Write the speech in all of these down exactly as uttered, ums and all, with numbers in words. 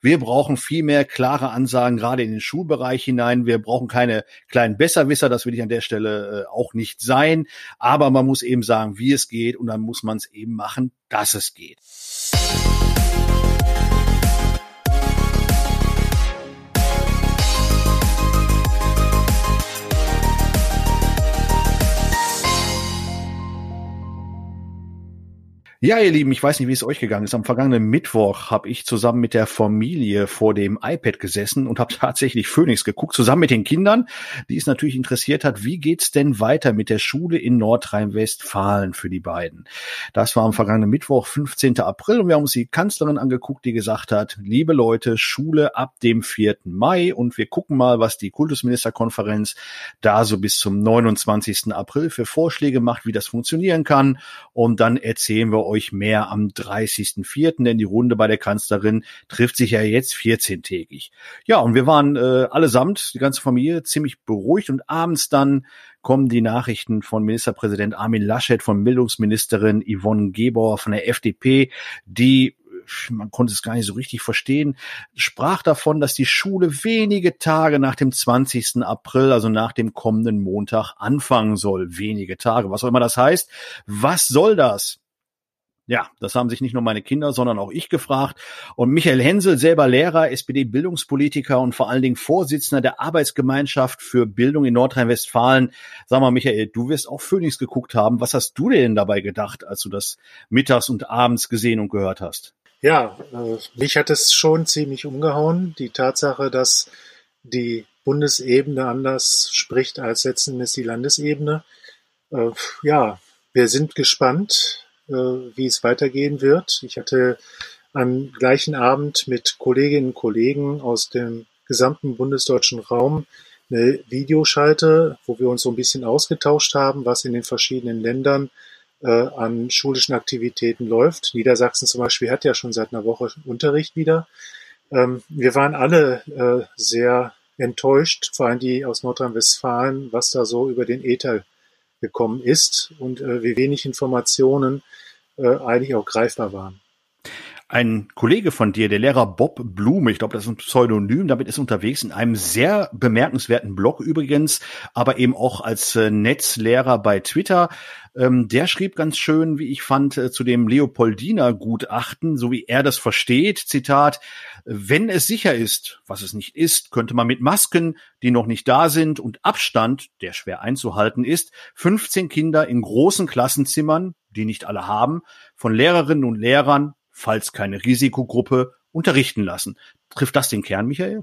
Wir brauchen viel mehr klare Ansagen, gerade in den Schulbereich hinein. Wir brauchen keine kleinen Besserwisser, das will ich an der Stelle äh, auch nicht sein. Aber man muss eben sagen, wie es geht, und dann muss man es eben machen, dass es geht. Ja, ihr Lieben, ich weiß nicht, wie es euch gegangen ist. Am vergangenen Mittwoch habe ich zusammen mit der Familie vor dem iPad gesessen und habe tatsächlich Phoenix geguckt, zusammen mit den Kindern, die es natürlich interessiert hat, wie geht's denn weiter mit der Schule in Nordrhein-Westfalen für die beiden. Das war am vergangenen Mittwoch, fünfzehnten April, und wir haben uns die Kanzlerin angeguckt, die gesagt hat, liebe Leute, Schule ab dem vierten Mai, und wir gucken mal, was die Kultusministerkonferenz da so bis zum neunundzwanzigsten April für Vorschläge macht, wie das funktionieren kann, und dann erzählen wir euch mehr am dreißigsten vierten, denn die Runde bei der Kanzlerin trifft sich ja jetzt vierzehntägig. Ja, und wir waren äh, allesamt, die ganze Familie, ziemlich beruhigt, und abends dann kommen die Nachrichten von Ministerpräsident Armin Laschet, von Bildungsministerin Yvonne Gebauer von der F D P, die, man konnte es gar nicht so richtig verstehen, sprach davon, dass die Schule wenige Tage nach dem zwanzigsten April, also nach dem kommenden Montag, anfangen soll. Wenige Tage, was auch immer das heißt. Was soll das? Ja, das haben sich nicht nur meine Kinder, sondern auch ich gefragt. Und Michael Hensel, selber Lehrer, S P D-Bildungspolitiker und vor allen Dingen Vorsitzender der Arbeitsgemeinschaft für Bildung in Nordrhein-Westfalen. Sag mal, Michael, du wirst auch Phoenix geguckt haben. Was hast du dir denn dabei gedacht, als du das mittags und abends gesehen und gehört hast? Ja, äh, mich hat es schon ziemlich umgehauen. Die Tatsache, dass die Bundesebene anders spricht als letzten Endes die Landesebene. Äh, ja, wir sind gespannt, wie es weitergehen wird. Ich hatte am gleichen Abend mit Kolleginnen und Kollegen aus dem gesamten bundesdeutschen Raum eine Videoschalte, wo wir uns so ein bisschen ausgetauscht haben, was in den verschiedenen Ländern äh, an schulischen Aktivitäten läuft. Niedersachsen zum Beispiel hat ja schon seit einer Woche Unterricht wieder. Ähm, wir waren alle äh, sehr enttäuscht, vor allem die aus Nordrhein-Westfalen, was da so über den Äther gekommen ist und äh, wie wenig Informationen äh, eigentlich auch greifbar waren. Ein Kollege von dir, der Lehrer Bob Blume, ich glaube, das ist ein Pseudonym, damit ist unterwegs in einem sehr bemerkenswerten Blog übrigens, aber eben auch als äh, Netzlehrer bei Twitter. Ähm, der schrieb ganz schön, wie ich fand, äh, zu dem Leopoldina-Gutachten, so wie er das versteht, Zitat, wenn es sicher ist, was es nicht ist, könnte man mit Masken, die noch nicht da sind, und Abstand, der schwer einzuhalten ist, fünfzehn Kinder in großen Klassenzimmern, die nicht alle haben, von Lehrerinnen und Lehrern, falls keine Risikogruppe, unterrichten lassen. Trifft das den Kern, Michael?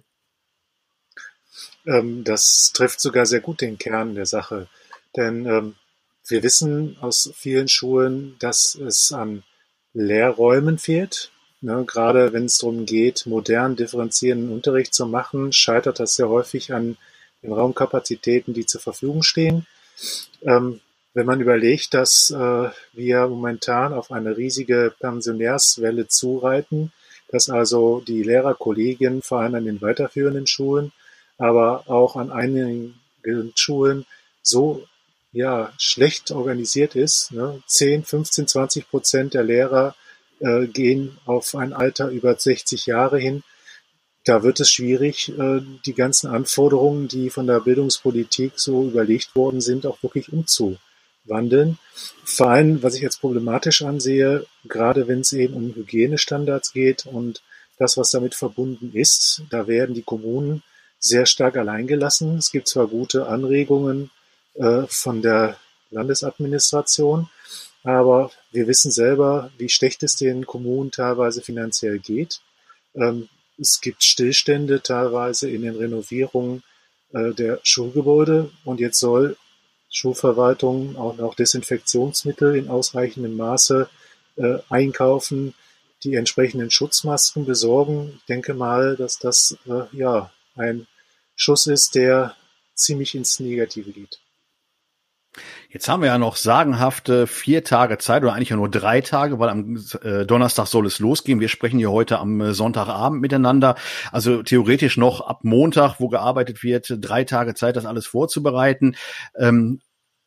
Ähm, das trifft sogar sehr gut den Kern der Sache. Denn ähm, wir wissen aus vielen Schulen, dass es an Lehrräumen fehlt. Ne, gerade wenn es darum geht, modern differenzierenden Unterricht zu machen, scheitert das sehr häufig an den Raumkapazitäten, die zur Verfügung stehen. Ähm, Wenn man überlegt, dass äh, wir momentan auf eine riesige Pensionärswelle zureiten, dass also die Lehrerkollegien vor allem an den weiterführenden Schulen, aber auch an einigen Schulen so ja schlecht organisiert ist. Ne? zehn, fünfzehn, zwanzig Prozent der Lehrer äh, gehen auf ein Alter über sechzig Jahre hin. Da wird es schwierig, äh, die ganzen Anforderungen, die von der Bildungspolitik so überlegt worden sind, auch wirklich umzusetzen. Wandeln. Vor allem, was ich als problematisch ansehe, gerade wenn es eben um Hygienestandards geht und das, was damit verbunden ist, da werden die Kommunen sehr stark alleingelassen. Es gibt zwar gute Anregungen äh, von der Landesadministration, aber wir wissen selber, wie schlecht es den Kommunen teilweise finanziell geht. Ähm, es gibt Stillstände teilweise in den Renovierungen äh, der Schulgebäude, und jetzt soll Schulverwaltung auch noch Desinfektionsmittel in ausreichendem Maße äh, einkaufen, die entsprechenden Schutzmasken besorgen. Ich denke mal, dass das äh, ja ein Schuss ist, der ziemlich ins Negative geht. Jetzt haben wir ja noch sagenhafte vier Tage Zeit, oder eigentlich ja nur drei Tage, weil am äh, Donnerstag soll es losgehen. Wir sprechen hier heute am äh, Sonntagabend miteinander. Also theoretisch noch ab Montag, wo gearbeitet wird, drei Tage Zeit, das alles vorzubereiten. Ähm,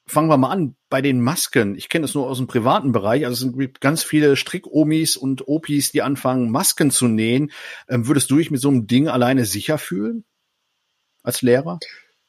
fangen wir mal an bei den Masken. Ich kenne das nur aus dem privaten Bereich. Also es sind ganz viele Strick-Omis und Opis, die anfangen, Masken zu nähen. Ähm, würdest du dich mit so einem Ding alleine sicher fühlen als Lehrer?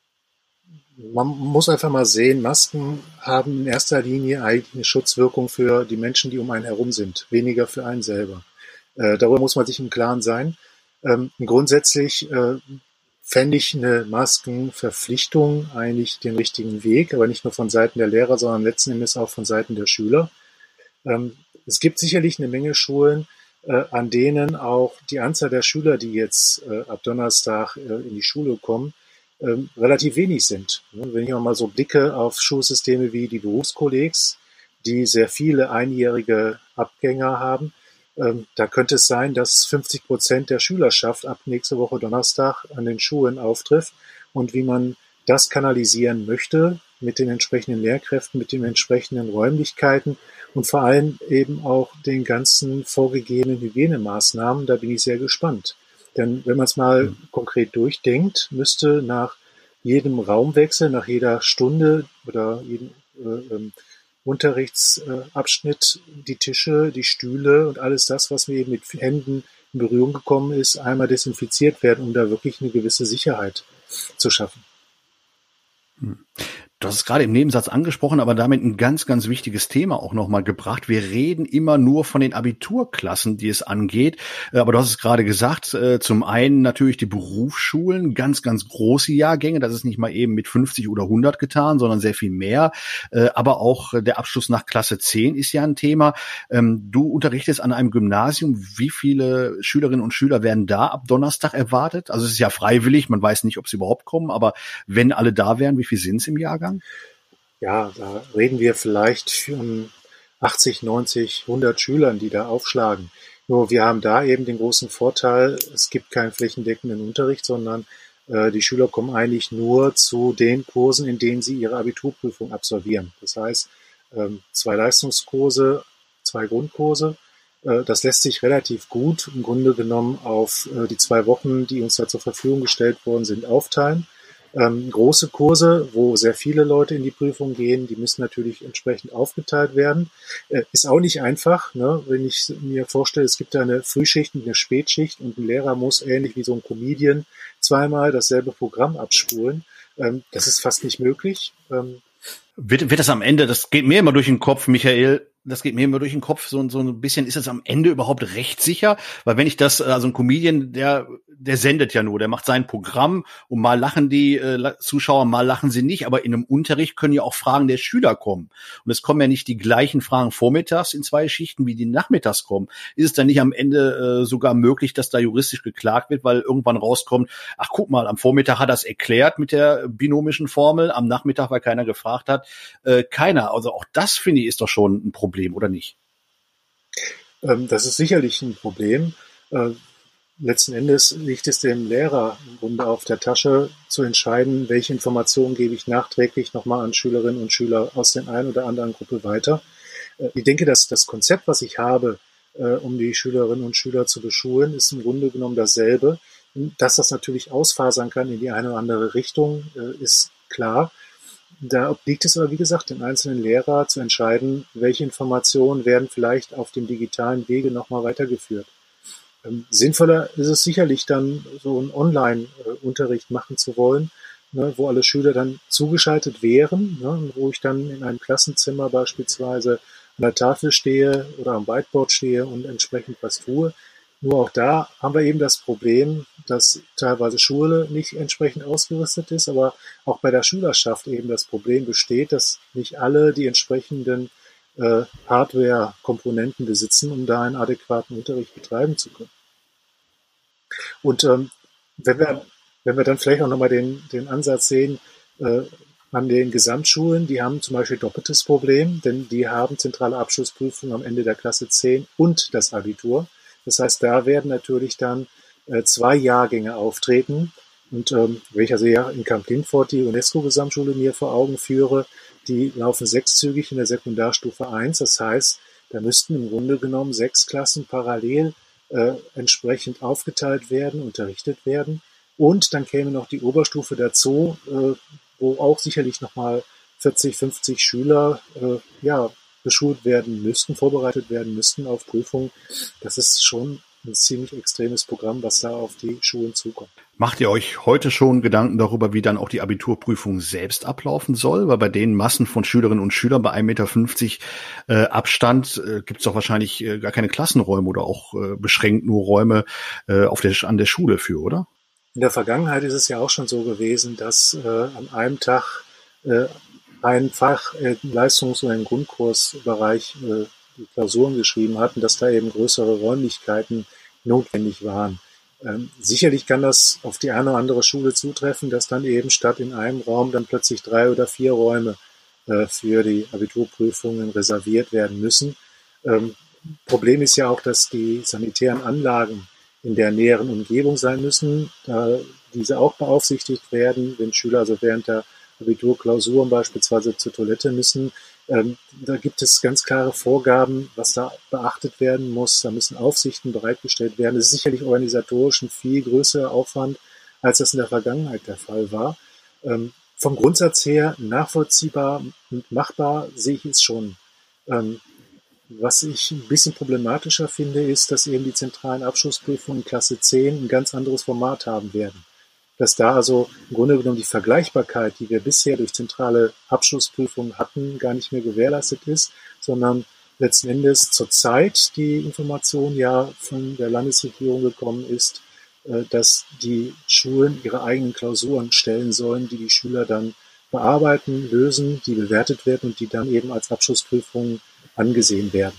Man muss einfach mal sehen, Masken haben in erster Linie eigentlich eine Schutzwirkung für die Menschen, die um einen herum sind, weniger für einen selber. Äh, darüber muss man sich im Klaren sein. Ähm, grundsätzlich äh, fände ich eine Maskenverpflichtung eigentlich den richtigen Weg, aber nicht nur von Seiten der Lehrer, sondern letzten Endes auch von Seiten der Schüler. Ähm, es gibt sicherlich eine Menge Schulen, äh, an denen auch die Anzahl der Schüler, die jetzt äh, ab Donnerstag äh, in die Schule kommen, ähm, relativ wenig sind. Wenn ich mal so blicke auf Schulsysteme wie die Berufskollegs, die sehr viele einjährige Abgänger haben, ähm, da könnte es sein, dass fünfzig Prozent der Schülerschaft ab nächste Woche Donnerstag an den Schulen auftrifft. Und wie man das kanalisieren möchte, mit den entsprechenden Lehrkräften, mit den entsprechenden Räumlichkeiten und vor allem eben auch den ganzen vorgegebenen Hygienemaßnahmen, da bin ich sehr gespannt. Denn wenn man es mal mhm. konkret durchdenkt, müsste nach jedem Raumwechsel, nach jeder Stunde oder jedem äh, ähm, Unterrichtsabschnitt äh, die Tische, die Stühle und alles das, was mir eben mit Händen in Berührung gekommen ist, einmal desinfiziert werden, um da wirklich eine gewisse Sicherheit zu schaffen. Hm. Du hast es gerade im Nebensatz angesprochen, aber damit ein ganz, ganz wichtiges Thema auch nochmal gebracht. Wir reden immer nur von den Abiturklassen, die es angeht. Aber du hast es gerade gesagt, zum einen natürlich die Berufsschulen, ganz, ganz große Jahrgänge. Das ist nicht mal eben mit fünfzig oder hundert getan, sondern sehr viel mehr. Aber auch der Abschluss nach Klasse zehn ist ja ein Thema. Du unterrichtest an einem Gymnasium. Wie viele Schülerinnen und Schüler werden da ab Donnerstag erwartet? Also es ist ja freiwillig, man weiß nicht, ob sie überhaupt kommen. Aber wenn alle da wären, wie viel sind es im Jahrgang? Ja, da reden wir vielleicht von achtzig, neunzig, hundert Schülern, die da aufschlagen. Nur wir haben da eben den großen Vorteil, es gibt keinen flächendeckenden Unterricht, sondern äh, die Schüler kommen eigentlich nur zu den Kursen, in denen sie ihre Abiturprüfung absolvieren. Das heißt, ähm, zwei Leistungskurse, zwei Grundkurse. Äh, das lässt sich relativ gut im Grunde genommen auf äh, die zwei Wochen, die uns da zur Verfügung gestellt worden sind, aufteilen. Ähm, große Kurse, wo sehr viele Leute in die Prüfung gehen, die müssen natürlich entsprechend aufgeteilt werden. Äh, ist auch nicht einfach, ne? Wenn ich mir vorstelle, es gibt da eine Frühschicht und eine Spätschicht und ein Lehrer muss ähnlich wie so ein Comedian zweimal dasselbe Programm abspulen. Ähm, das ist fast nicht möglich. Ähm, wird, wird das am Ende, das geht mir immer durch den Kopf, Michael, das geht mir immer durch den Kopf, so, so ein bisschen, ist es am Ende überhaupt rechtssicher? Weil wenn ich das, also ein Comedian, der, der sendet ja nur, der macht sein Programm und mal lachen die äh, Zuschauer, mal lachen sie nicht, aber in einem Unterricht können ja auch Fragen der Schüler kommen. Und es kommen ja nicht die gleichen Fragen vormittags in zwei Schichten, wie die nachmittags kommen. Ist es dann nicht am Ende äh, sogar möglich, dass da juristisch geklagt wird, weil irgendwann rauskommt, ach guck mal, am Vormittag hat er es erklärt mit der binomischen Formel, am Nachmittag, weil keiner gefragt hat, äh, keiner. Also auch das, finde ich, ist doch schon ein Problem. Problem, oder nicht? Ähm, das ist sicherlich ein Problem. Äh, letzten Endes liegt es dem Lehrer im Grunde auf der Tasche, zu entscheiden, welche Informationen gebe ich nachträglich nochmal an Schülerinnen und Schüler aus der einen oder anderen Gruppe weiter. Äh, ich denke, dass das Konzept, was ich habe, äh, um die Schülerinnen und Schüler zu beschulen, ist im Grunde genommen dasselbe. Dass das natürlich ausfasern kann in die eine oder andere Richtung, äh, ist klar. Da obliegt es aber, wie gesagt, dem einzelnen Lehrer zu entscheiden, welche Informationen werden vielleicht auf dem digitalen Wege nochmal weitergeführt. Ähm, sinnvoller ist es sicherlich dann, so einen Online-Unterricht machen zu wollen, ne, wo alle Schüler dann zugeschaltet wären, ne, wo ich dann in einem Klassenzimmer beispielsweise an der Tafel stehe oder am Whiteboard stehe und entsprechend was tue. Nur auch da haben wir eben das Problem, dass teilweise Schule nicht entsprechend ausgerüstet ist, aber auch bei der Schülerschaft eben das Problem besteht, dass nicht alle die entsprechenden äh, Hardware-Komponenten besitzen, um da einen adäquaten Unterricht betreiben zu können. Und ähm, wenn wir, wenn wir dann vielleicht auch nochmal den, den Ansatz sehen, äh, an den Gesamtschulen, die haben zum Beispiel doppeltes Problem, denn die haben zentrale Abschlussprüfungen am Ende der Klasse zehn und das Abitur. Das heißt, da werden natürlich dann äh, zwei Jahrgänge auftreten. Und ähm, wenn ich also ja in Kamp-Lintfort die UNESCO-Gesamtschule mir vor Augen führe, die laufen sechszügig in der Sekundarstufe eins. Das heißt, da müssten im Grunde genommen sechs Klassen parallel äh, entsprechend aufgeteilt werden, unterrichtet werden. Und dann käme noch die Oberstufe dazu, äh, wo auch sicherlich nochmal vierzig, fünfzig Schüler äh, ja beschult werden müssten, vorbereitet werden müssten auf Prüfungen. Das ist schon ein ziemlich extremes Programm, was da auf die Schulen zukommt. Macht ihr euch heute schon Gedanken darüber, wie dann auch die Abiturprüfung selbst ablaufen soll? Weil bei den Massen von Schülerinnen und Schülern bei ein Meter fünfzig äh, Abstand äh, gibt es doch wahrscheinlich äh, gar keine Klassenräume oder auch äh, beschränkt nur Räume äh, auf der, an der Schule für, oder? In der Vergangenheit ist es ja auch schon so gewesen, dass äh, an einem Tag äh, ein Fach äh, Leistungs- oder im Grundkursbereich äh, die Klausuren geschrieben hatten, dass da eben größere Räumlichkeiten notwendig waren. Ähm, sicherlich kann das auf die eine oder andere Schule zutreffen, dass dann eben statt in einem Raum dann plötzlich drei oder vier Räume äh, für die Abiturprüfungen reserviert werden müssen. Ähm, Problem ist ja auch, dass die sanitären Anlagen in der näheren Umgebung sein müssen, da diese auch beaufsichtigt werden, wenn Schüler also während der Abiturklausuren beispielsweise zur Toilette müssen. Ähm, da gibt es ganz klare Vorgaben, was da beachtet werden muss. Da müssen Aufsichten bereitgestellt werden. Das ist sicherlich organisatorisch ein viel größerer Aufwand, als das in der Vergangenheit der Fall war. Ähm, vom Grundsatz her nachvollziehbar und machbar sehe ich es schon. Ähm, was ich ein bisschen problematischer finde, ist, dass eben die zentralen Abschlussprüfungen in Klasse zehn ein ganz anderes Format haben werden. Dass da also im Grunde genommen die Vergleichbarkeit, die wir bisher durch zentrale Abschlussprüfungen hatten, gar nicht mehr gewährleistet ist, sondern letzten Endes zur Zeit die Information ja von der Landesregierung gekommen ist, dass die Schulen ihre eigenen Klausuren stellen sollen, die die Schüler dann bearbeiten, lösen, die bewertet werden und die dann eben als Abschlussprüfungen angesehen werden.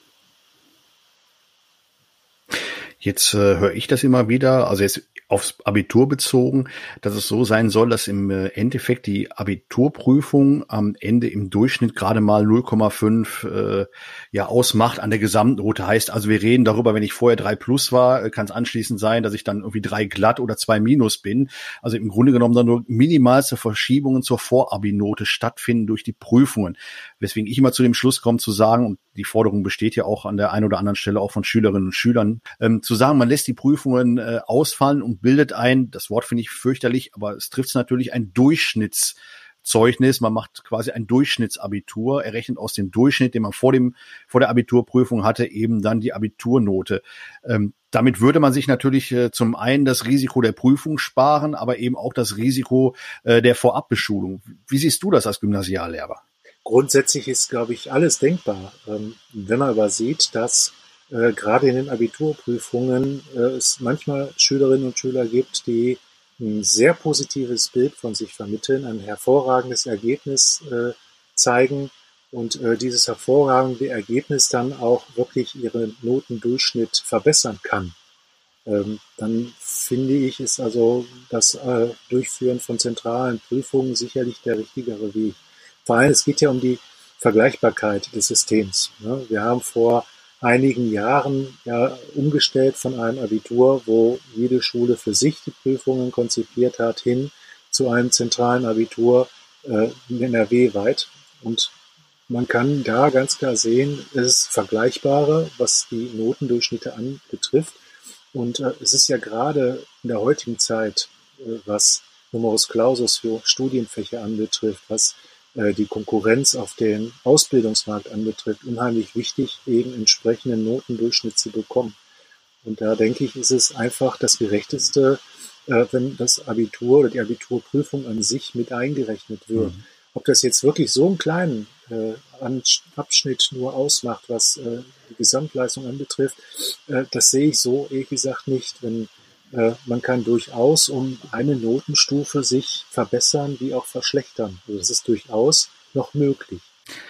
Jetzt äh, höre ich das immer wieder, also jetzt aufs Abitur bezogen, dass es so sein soll, dass im äh, Endeffekt die Abiturprüfung am Ende im Durchschnitt gerade mal null Komma fünf äh, ja ausmacht an der Gesamtnote. Heißt also, wir reden darüber, wenn ich vorher drei plus war, äh, kann es anschließend sein, dass ich dann irgendwie drei glatt oder zwei minus bin. Also im Grunde genommen dann nur minimalste Verschiebungen zur Vorabinote stattfinden durch die Prüfungen. Weswegen ich immer zu dem Schluss komme zu sagen, und die Forderung besteht ja auch an der einen oder anderen Stelle auch von Schülerinnen und Schülern, ähm, zu sagen, man lässt die Prüfungen äh, ausfallen und bildet ein, das Wort finde ich fürchterlich, aber es trifft es natürlich, ein Durchschnittszeugnis. Man macht quasi ein Durchschnittsabitur, errechnet aus dem Durchschnitt, den man vor dem vor der Abiturprüfung hatte, eben dann die Abiturnote. Ähm, damit würde man sich natürlich äh, zum einen das Risiko der Prüfung sparen, aber eben auch das Risiko äh, der Vorabbeschulung. Wie siehst du das als Gymnasiallehrer? Grundsätzlich ist, glaube ich, alles denkbar. Ähm, wenn man aber sieht, dass äh, gerade in den Abiturprüfungen äh, es manchmal Schülerinnen und Schüler gibt, die ein sehr positives Bild von sich vermitteln, ein hervorragendes Ergebnis äh, zeigen und äh, dieses hervorragende Ergebnis dann auch wirklich ihren Notendurchschnitt verbessern kann. Ähm, dann finde ich, ist also das äh, Durchführen von zentralen Prüfungen sicherlich der richtigere Weg. Vor allem, es geht ja um die Vergleichbarkeit des Systems. Ne? Wir haben vor einigen Jahren ja umgestellt von einem Abitur, wo jede Schule für sich die Prüfungen konzipiert hat, hin zu einem zentralen Abitur äh, in N R W weit. Und man kann da ganz klar sehen, es ist vergleichbarer, was die Notendurchschnitte anbetrifft. Und äh, es ist ja gerade in der heutigen Zeit, äh, was Numerus Clausus für Studienfächer anbetrifft, was äh, die Konkurrenz auf den Ausbildungsmarkt anbetrifft, unheimlich wichtig, eben entsprechenden Notendurchschnitt zu bekommen. Und da denke ich, ist es einfach das Gerechteste, äh, wenn das Abitur oder die Abiturprüfung an sich mit eingerechnet wird. Mhm. Ob das jetzt wirklich so einen kleinen äh, Abschnitt nur ausmacht, was äh, die Gesamtleistung anbetrifft, äh, das sehe ich so, ehrlich gesagt, nicht. Wenn äh, man kann durchaus um eine Notenstufe sich verbessern, wie auch verschlechtern. Also das ist durchaus noch möglich.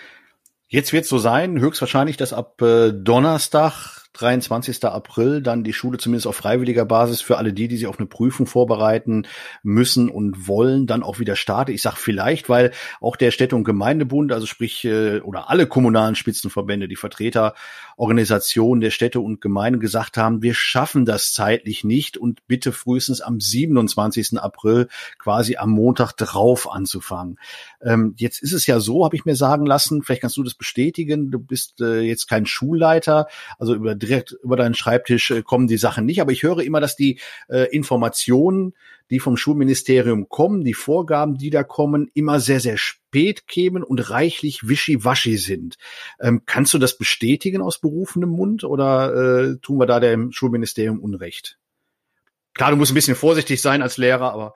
Jetzt wird es so sein, höchstwahrscheinlich, dass ab äh, Donnerstag, dreiundzwanzigsten April, dann die Schule zumindest auf freiwilliger Basis für alle die, die sich auf eine Prüfung vorbereiten müssen und wollen, dann auch wieder startet. Ich sage vielleicht, weil auch der Städte- und Gemeindebund, also sprich äh, oder alle kommunalen Spitzenverbände, die Vertreterorganisationen der Städte und Gemeinden gesagt haben, wir schaffen das zeitlich nicht und bitte frühestens am siebenundzwanzigsten April quasi am Montag drauf anzufangen. Ähm, jetzt ist es ja so, habe ich mir sagen lassen, vielleicht kannst du das bestätigen, du bist äh, jetzt kein Schulleiter, also über direkt über deinen Schreibtisch äh, kommen die Sachen nicht. Aber ich höre immer, dass die äh, Informationen, die vom Schulministerium kommen, die Vorgaben, die da kommen, immer sehr, sehr spät kämen und reichlich wischiwaschi sind. Ähm, kannst du das bestätigen aus berufenem Mund oder äh, tun wir da dem Schulministerium Unrecht? Klar, du musst ein bisschen vorsichtig sein als Lehrer, aber...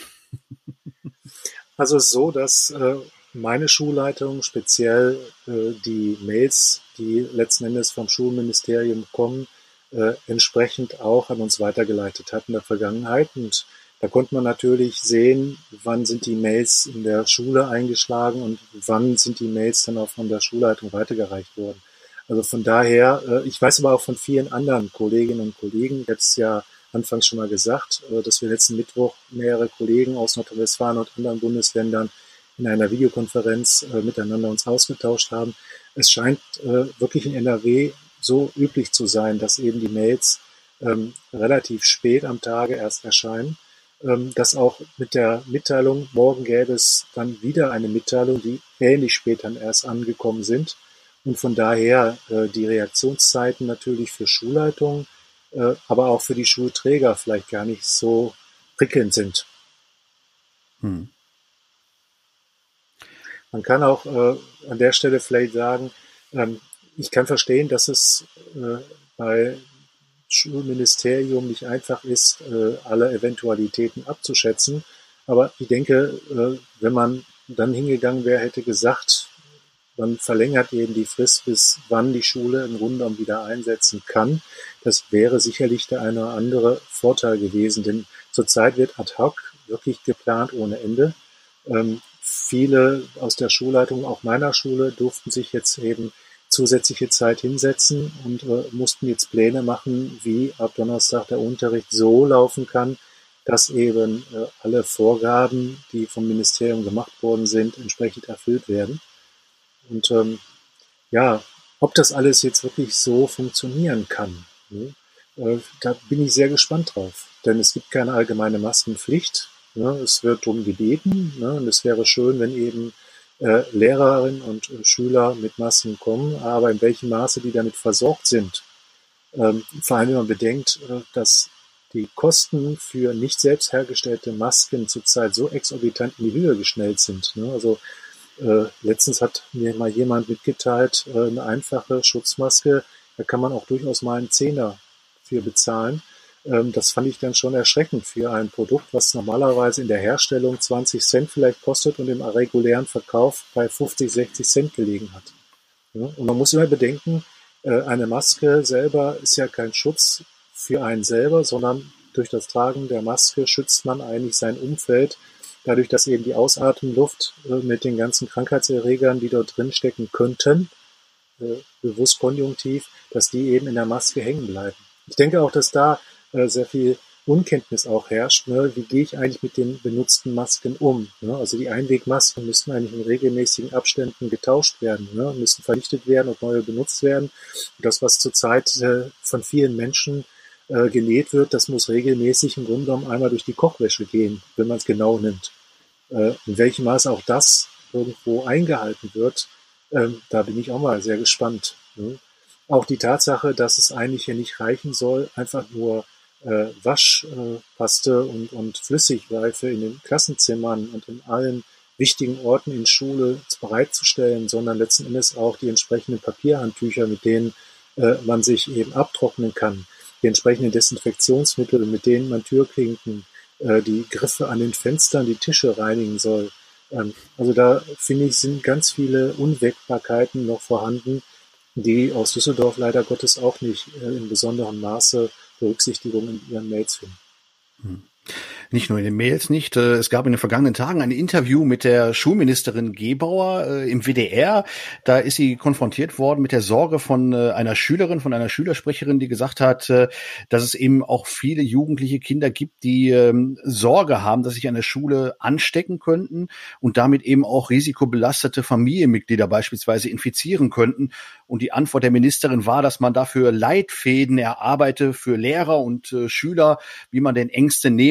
Also es ist so, dass äh, meine Schulleitung speziell äh, die Mails, die letzten Endes vom Schulministerium kommen, äh, entsprechend auch an uns weitergeleitet hat in der Vergangenheit. Und da konnte man natürlich sehen, wann sind die Mails in der Schule eingeschlagen und wann sind die Mails dann auch von der Schulleitung weitergereicht worden. Also von daher, äh, ich weiß aber auch von vielen anderen Kolleginnen und Kollegen, ich habe es ja anfangs schon mal gesagt, äh, dass wir letzten Mittwoch mehrere Kollegen aus Nordrhein-Westfalen und anderen Bundesländern in einer Videokonferenz äh, miteinander uns ausgetauscht haben. Es scheint äh, wirklich in N R W so üblich zu sein, dass eben die Mails ähm, relativ spät am Tage erst erscheinen. Ähm, dass auch mit der Mitteilung, morgen gäbe es dann wieder eine Mitteilung, die ähnlich spät dann erst angekommen sind. Und von daher äh, die Reaktionszeiten natürlich für Schulleitungen, äh, aber auch für die Schulträger vielleicht gar nicht so prickelnd sind. Hm. Man kann auch äh, an der Stelle vielleicht sagen, ähm, ich kann verstehen, dass es äh, bei Schulministerium nicht einfach ist, äh, alle Eventualitäten abzuschätzen. Aber ich denke, äh, wenn man dann hingegangen wäre, hätte gesagt, man verlängert eben die Frist, bis wann die Schule im Grunde genommen wieder einsetzen kann. Das wäre sicherlich der eine oder andere Vorteil gewesen, denn zurzeit wird ad hoc wirklich geplant ohne Ende. Ähm, viele aus der Schulleitung, auch meiner Schule, durften sich jetzt eben zusätzliche Zeit hinsetzen und äh, mussten jetzt Pläne machen, wie ab Donnerstag der Unterricht so laufen kann, dass eben äh, alle Vorgaben, die vom Ministerium gemacht worden sind, entsprechend erfüllt werden. Und ähm, ja, ob das alles jetzt wirklich so funktionieren kann, ne? äh, da bin ich sehr gespannt drauf. Denn es gibt keine allgemeine Maskenpflicht. Ne? Es wird darum gebeten, ne? Und es wäre schön, wenn eben äh, Lehrerinnen und äh, Schüler mit Masken kommen, aber in welchem Maße die damit versorgt sind. Ähm, vor allem, wenn man bedenkt, äh, dass die Kosten für nicht selbst hergestellte Masken zurzeit so exorbitant in die Höhe geschnellt sind. Ne? Also äh, letztens hat mir mal jemand mitgeteilt, äh, eine einfache Schutzmaske, da kann man auch durchaus mal einen Zehner für bezahlen. Ähm, das fand ich dann schon erschreckend für ein Produkt, was normalerweise in der Herstellung zwanzig Cent vielleicht kostet und im regulären Verkauf bei fünfzig, sechzig Cent gelegen hat. Ja? Und man muss immer bedenken, äh, eine Maske selber ist ja kein Schutz für einen selber, sondern durch das Tragen der Maske schützt man eigentlich sein Umfeld, dadurch, dass eben die Ausatemluft äh, mit den ganzen Krankheitserregern, die dort drin stecken könnten, äh, bewusst konjunktiv, dass die eben in der Maske hängen bleiben. Ich denke auch, dass da äh, sehr viel Unkenntnis auch herrscht. Ne? Wie gehe ich eigentlich mit den benutzten Masken um? Ne? Also die Einwegmasken müssten eigentlich in regelmäßigen Abständen getauscht werden, ne? Müssen vernichtet werden und neue benutzt werden. Und das, was zurzeit äh, von vielen Menschen äh, genäht wird, das muss regelmäßig im Grunde genommen einmal durch die Kochwäsche gehen, wenn man es genau nimmt. Äh, in welchem Maße auch das irgendwo eingehalten wird, äh, da bin ich auch mal sehr gespannt. Ne? Auch die Tatsache, dass es eigentlich hier nicht reichen soll, einfach nur äh, Waschpaste äh, und, und Flüssigseife in den Klassenzimmern und in allen wichtigen Orten in Schule bereitzustellen, sondern letzten Endes auch die entsprechenden Papierhandtücher, mit denen äh, man sich eben abtrocknen kann, die entsprechenden Desinfektionsmittel, mit denen man Türklinken, äh, die Griffe an den Fenstern, die Tische reinigen soll. Ähm, also da, finde ich, sind ganz viele Unwägbarkeiten noch vorhanden, die aus Düsseldorf leider Gottes auch nicht äh, in besonderem Maße Berücksichtigung in ihren Mails finden. Hm. Nicht nur in den Mails nicht. Es gab in den vergangenen Tagen ein Interview mit der Schulministerin Gebauer äh, im W D R. Da ist sie konfrontiert worden mit der Sorge von äh, einer Schülerin, von einer Schülersprecherin, die gesagt hat, äh, dass es eben auch viele jugendliche Kinder gibt, die ähm, Sorge haben, dass sich an der Schule anstecken könnten und damit eben auch risikobelastete Familienmitglieder beispielsweise infizieren könnten. Und die Antwort der Ministerin war, dass man dafür Leitfäden erarbeite für Lehrer und äh, Schüler, wie man denn Ängste nehmen kann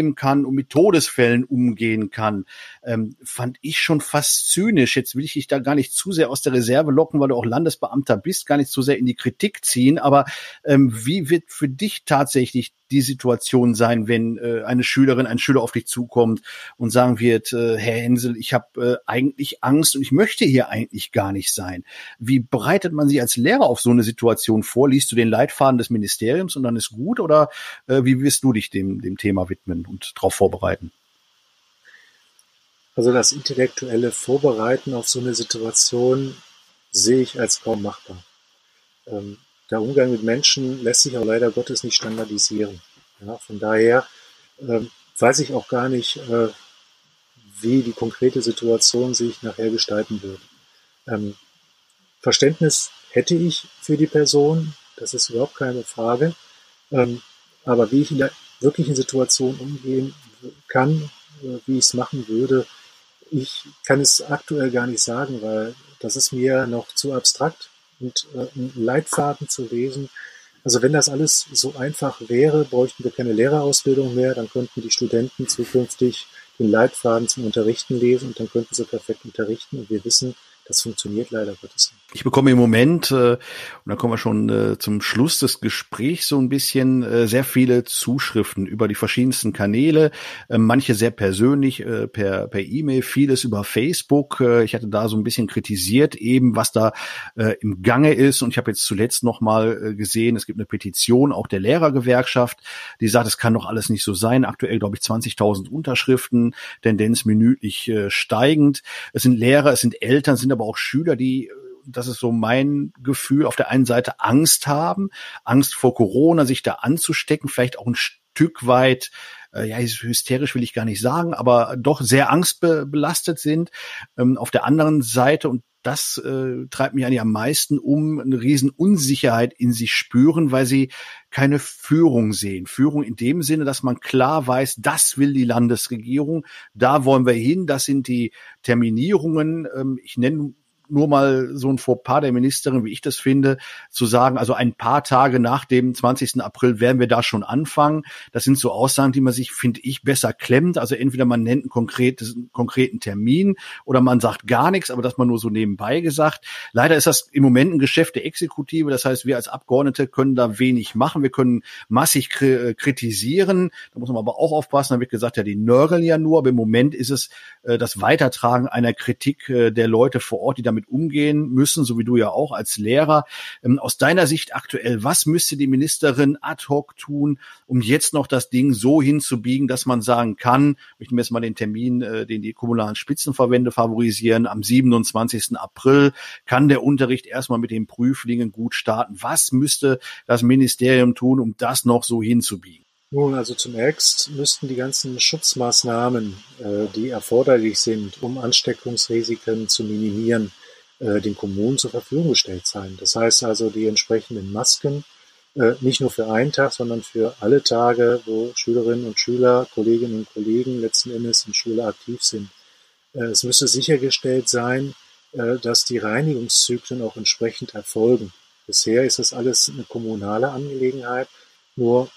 und mit Todesfällen umgehen kann, ähm, fand ich schon fast zynisch. Jetzt will ich dich da gar nicht zu sehr aus der Reserve locken, weil du auch Landesbeamter bist, gar nicht zu sehr in die Kritik ziehen. Aber ähm, wie wird für dich tatsächlich die Situation sein, wenn äh, eine Schülerin, ein Schüler auf dich zukommt und sagen wird, äh, Herr Hensel, ich habe äh, eigentlich Angst und ich möchte hier eigentlich gar nicht sein. Wie bereitet man sich als Lehrer auf so eine Situation vor? Liest du den Leitfaden des Ministeriums und dann ist gut, oder äh, wie wirst du dich dem, dem Thema widmen und darauf vorbereiten? Also das intellektuelle Vorbereiten auf so eine Situation sehe ich als kaum machbar. Ähm, Der Umgang mit Menschen lässt sich auch leider Gottes nicht standardisieren. Ja, von daher äh, weiß ich auch gar nicht, äh, wie die konkrete Situation sich nachher gestalten wird. Ähm, Verständnis hätte ich für die Person, das ist überhaupt keine Frage. Ähm, aber wie ich in der wirklichen Situation umgehen kann, äh, wie ich es machen würde, ich kann es aktuell gar nicht sagen, weil das ist mir noch zu abstrakt. Und äh, einen Leitfaden zu lesen. Also wenn das alles so einfach wäre, bräuchten wir keine Lehrerausbildung mehr, dann könnten die Studenten zukünftig den Leitfaden zum Unterrichten lesen und dann könnten sie perfekt unterrichten. Und wir wissen, das funktioniert leider Gottes nicht. Ich bekomme im Moment, äh, und da kommen wir schon äh, zum Schluss des Gesprächs, so ein bisschen äh, sehr viele Zuschriften über die verschiedensten Kanäle, äh, manche sehr persönlich äh, per per E-Mail, vieles über Facebook. Äh, ich hatte da so ein bisschen kritisiert eben, was da äh, im Gange ist, und ich habe jetzt zuletzt noch mal äh, gesehen, es gibt eine Petition auch der Lehrergewerkschaft, die sagt, es kann doch alles nicht so sein. Aktuell, glaube ich, zwanzigtausend Unterschriften, Tendenz minütlich äh, steigend. Es sind Lehrer, es sind Eltern, es sind aber auch Schüler, die, das ist so mein Gefühl, auf der einen Seite Angst haben, Angst vor Corona, sich da anzustecken, vielleicht auch ein Stück weit, äh, ja, hysterisch will ich gar nicht sagen, aber doch sehr angstbelastet sind. Ähm, auf der anderen Seite, und das äh, treibt mich eigentlich am meisten um, eine riesen Unsicherheit in sich spüren, weil sie keine Führung sehen. Führung in dem Sinne, dass man klar weiß, das will die Landesregierung, da wollen wir hin, das sind die Terminierungen. Ähm, ich nenne nur mal so ein Fauxpas der Ministerin, wie ich das finde, zu sagen, also ein paar Tage nach dem zwanzigsten April werden wir da schon anfangen. Das sind so Aussagen, die man sich, finde ich, besser klemmt. Also entweder man nennt einen, konkretes, einen konkreten Termin oder man sagt gar nichts, aber das man nur so nebenbei gesagt. Leider ist das im Moment ein Geschäft der Exekutive. Das heißt, wir als Abgeordnete können da wenig machen. Wir können massig kritisieren. Da muss man aber auch aufpassen. Da wird gesagt, ja, die nörgeln ja nur. Aber im Moment ist es äh, das Weitertragen einer Kritik äh, der Leute vor Ort, die damit umgehen müssen, so wie du ja auch als Lehrer. Ähm, aus deiner Sicht aktuell, was müsste die Ministerin ad hoc tun, um jetzt noch das Ding so hinzubiegen, dass man sagen kann, ich nehme jetzt mal den Termin, äh, den die kommunalen Spitzenverbände favorisieren, am siebenundzwanzigsten April kann der Unterricht erstmal mit den Prüflingen gut starten. Was müsste das Ministerium tun, um das noch so hinzubiegen? Nun, also zunächst müssten die ganzen Schutzmaßnahmen, äh, die erforderlich sind, um Ansteckungsrisiken zu minimieren, äh, den Kommunen zur Verfügung gestellt sein. Das heißt also, die entsprechenden Masken, äh, nicht nur für einen Tag, sondern für alle Tage, wo Schülerinnen und Schüler, Kolleginnen und Kollegen letzten Endes in Schule aktiv sind. Äh, es müsste sichergestellt sein, äh, dass die Reinigungszyklen auch entsprechend erfolgen. Bisher ist das alles eine kommunale Angelegenheit, nur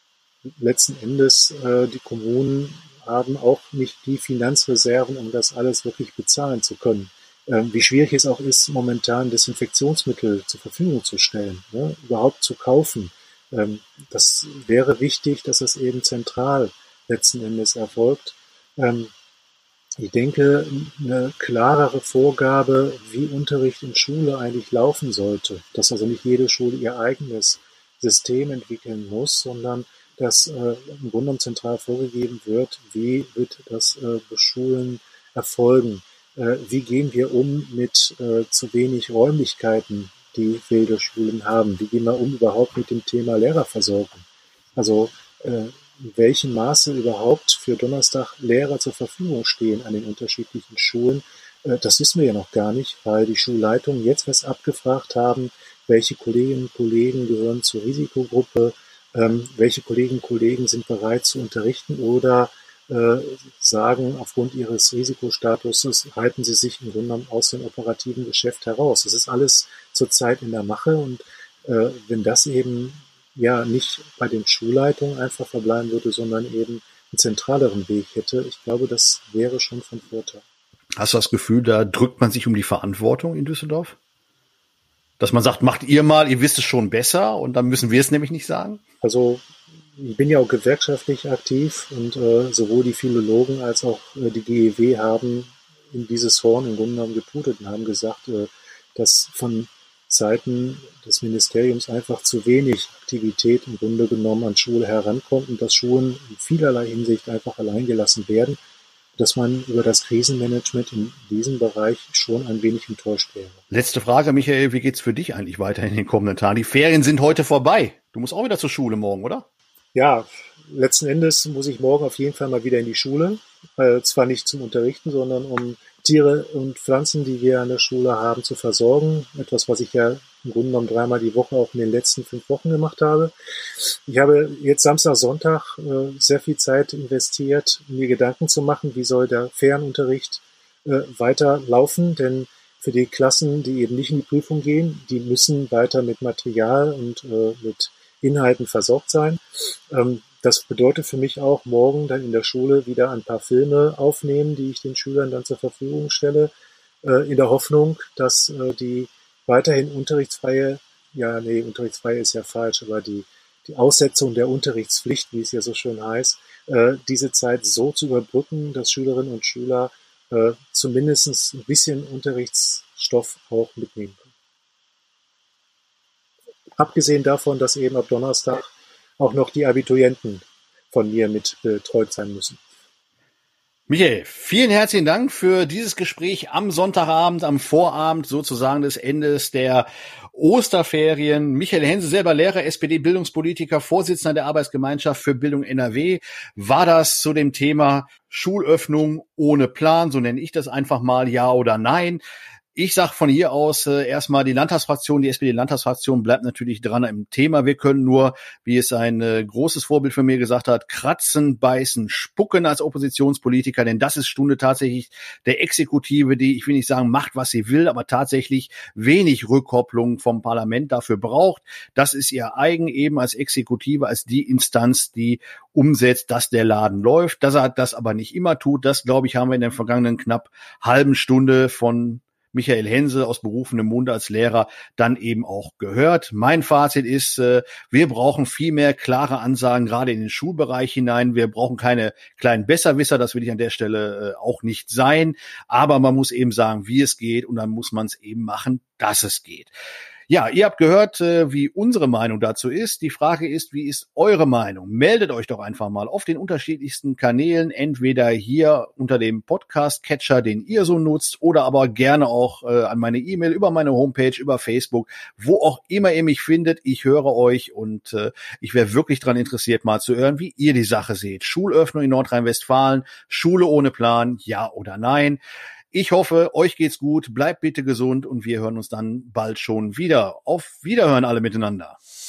letzten Endes, äh, die Kommunen haben auch nicht die Finanzreserven, um das alles wirklich bezahlen zu können. Ähm, wie schwierig es auch ist, momentan Desinfektionsmittel zur Verfügung zu stellen, ne, überhaupt zu kaufen. Ähm, das wäre wichtig, dass das eben zentral letzten Endes erfolgt. Ähm, ich denke, eine klarere Vorgabe, wie Unterricht in Schule eigentlich laufen sollte, dass also nicht jede Schule ihr eigenes System entwickeln muss, sondern dass äh, im Grunde genommen zentral vorgegeben wird, wie wird das äh, Beschulen erfolgen, äh, wie gehen wir um mit äh, zu wenig Räumlichkeiten, die viele Schulen haben, wie gehen wir um überhaupt mit dem Thema Lehrerversorgung, also äh, in welchem Maße überhaupt für Donnerstag Lehrer zur Verfügung stehen an den unterschiedlichen Schulen, äh, das wissen wir ja noch gar nicht, weil die Schulleitungen jetzt erst abgefragt haben, welche Kolleginnen und Kollegen gehören zur Risikogruppe, Ähm, welche Kolleginnen und Kollegen sind bereit zu unterrichten oder äh, sagen, aufgrund ihres Risikostatuses halten sie sich im Grunde genommen aus dem operativen Geschäft heraus. Das ist alles zurzeit in der Mache und äh, wenn das eben ja nicht bei den Schulleitungen einfach verbleiben würde, sondern eben einen zentraleren Weg hätte. Ich glaube, das wäre schon von Vorteil. Hast du das Gefühl, da drückt man sich um die Verantwortung in Düsseldorf? Dass man sagt, macht ihr mal, ihr wisst es schon besser und dann müssen wir es nämlich nicht sagen? Also ich bin ja auch gewerkschaftlich aktiv und äh, sowohl die Philologen als auch äh, die G E W haben in dieses Horn im Grunde genommen getutet und haben gesagt, äh, dass von Seiten des Ministeriums einfach zu wenig Aktivität im Grunde genommen an Schule herankommt und dass Schulen in vielerlei Hinsicht einfach alleingelassen werden, dass man über das Krisenmanagement in diesem Bereich schon ein wenig enttäuscht wäre. Letzte Frage, Michael, wie geht's für dich eigentlich weiter in den kommenden Tagen? Die Ferien sind heute vorbei. Du musst auch wieder zur Schule morgen, oder? Ja, letzten Endes muss ich morgen auf jeden Fall mal wieder in die Schule. Äh, zwar nicht zum Unterrichten, sondern um Tiere und Pflanzen, die wir an der Schule haben, zu versorgen. Etwas, was ich ja im Grunde genommen dreimal die Woche auch in den letzten fünf Wochen gemacht habe. Ich habe jetzt Samstag, Sonntag äh, sehr viel Zeit investiert, mir Gedanken zu machen, wie soll der Fernunterricht äh, weiter laufen, denn für die Klassen, die eben nicht in die Prüfung gehen, die müssen weiter mit Material und äh, mit Inhalten versorgt sein. Ähm, das bedeutet für mich auch, morgen dann in der Schule wieder ein paar Filme aufnehmen, die ich den Schülern dann zur Verfügung stelle, äh, in der Hoffnung, dass äh, die weiterhin unterrichtsfreie, ja, nee, unterrichtsfreie ist ja falsch, aber die, die Aussetzung der Unterrichtspflicht, wie es ja so schön heißt, äh, diese Zeit so zu überbrücken, dass Schülerinnen und Schüler äh, zumindest ein bisschen Unterrichtsstoff auch mitnehmen können. Abgesehen davon, dass eben ab Donnerstag auch noch die Abiturienten von mir mit betreut sein müssen. Michael, vielen herzlichen Dank für dieses Gespräch am Sonntagabend, am Vorabend sozusagen des Endes der Osterferien. Michael Hense, selber Lehrer, S P D-Bildungspolitiker, Vorsitzender der Arbeitsgemeinschaft für Bildung N R W. War das zu dem Thema Schulöffnung ohne Plan, so nenne ich das einfach mal, ja oder nein? Ich sage von hier aus äh, erstmal, die Landtagsfraktion, die S P D-Landtagsfraktion bleibt natürlich dran im Thema. Wir können nur, wie es ein äh, großes Vorbild von mir gesagt hat, kratzen, beißen, spucken als Oppositionspolitiker, denn das ist Stunde tatsächlich der Exekutive, die, ich will nicht sagen, macht, was sie will, aber tatsächlich wenig Rückkopplung vom Parlament dafür braucht. Das ist ihr eigen eben als Exekutive, als die Instanz, die umsetzt, dass der Laden läuft. Dass er das aber nicht immer tut, das, glaube ich, haben wir in der vergangenen knapp halben Stunde von Michael Hense aus berufenem Munde als Lehrer dann eben auch gehört. Mein Fazit ist, äh, wir brauchen viel mehr klare Ansagen, gerade in den Schulbereich hinein. Wir brauchen keine kleinen Besserwisser, das will ich an der Stelle äh, auch nicht sein. Aber man muss eben sagen, wie es geht und dann muss man es eben machen, dass es geht. Ja, ihr habt gehört, wie unsere Meinung dazu ist. Die Frage ist, wie ist eure Meinung? Meldet euch doch einfach mal auf den unterschiedlichsten Kanälen, entweder hier unter dem Podcast-Catcher, den ihr so nutzt, oder aber gerne auch äh, an meine E-Mail, über meine Homepage, über Facebook, wo auch immer ihr mich findet. Ich höre euch und äh, ich wäre wirklich daran interessiert, mal zu hören, wie ihr die Sache seht. Schulöffnung in Nordrhein-Westfalen, Schule ohne Plan, ja oder nein? Ich hoffe, euch geht's gut, bleibt bitte gesund und wir hören uns dann bald schon wieder. Auf Wiederhören alle miteinander.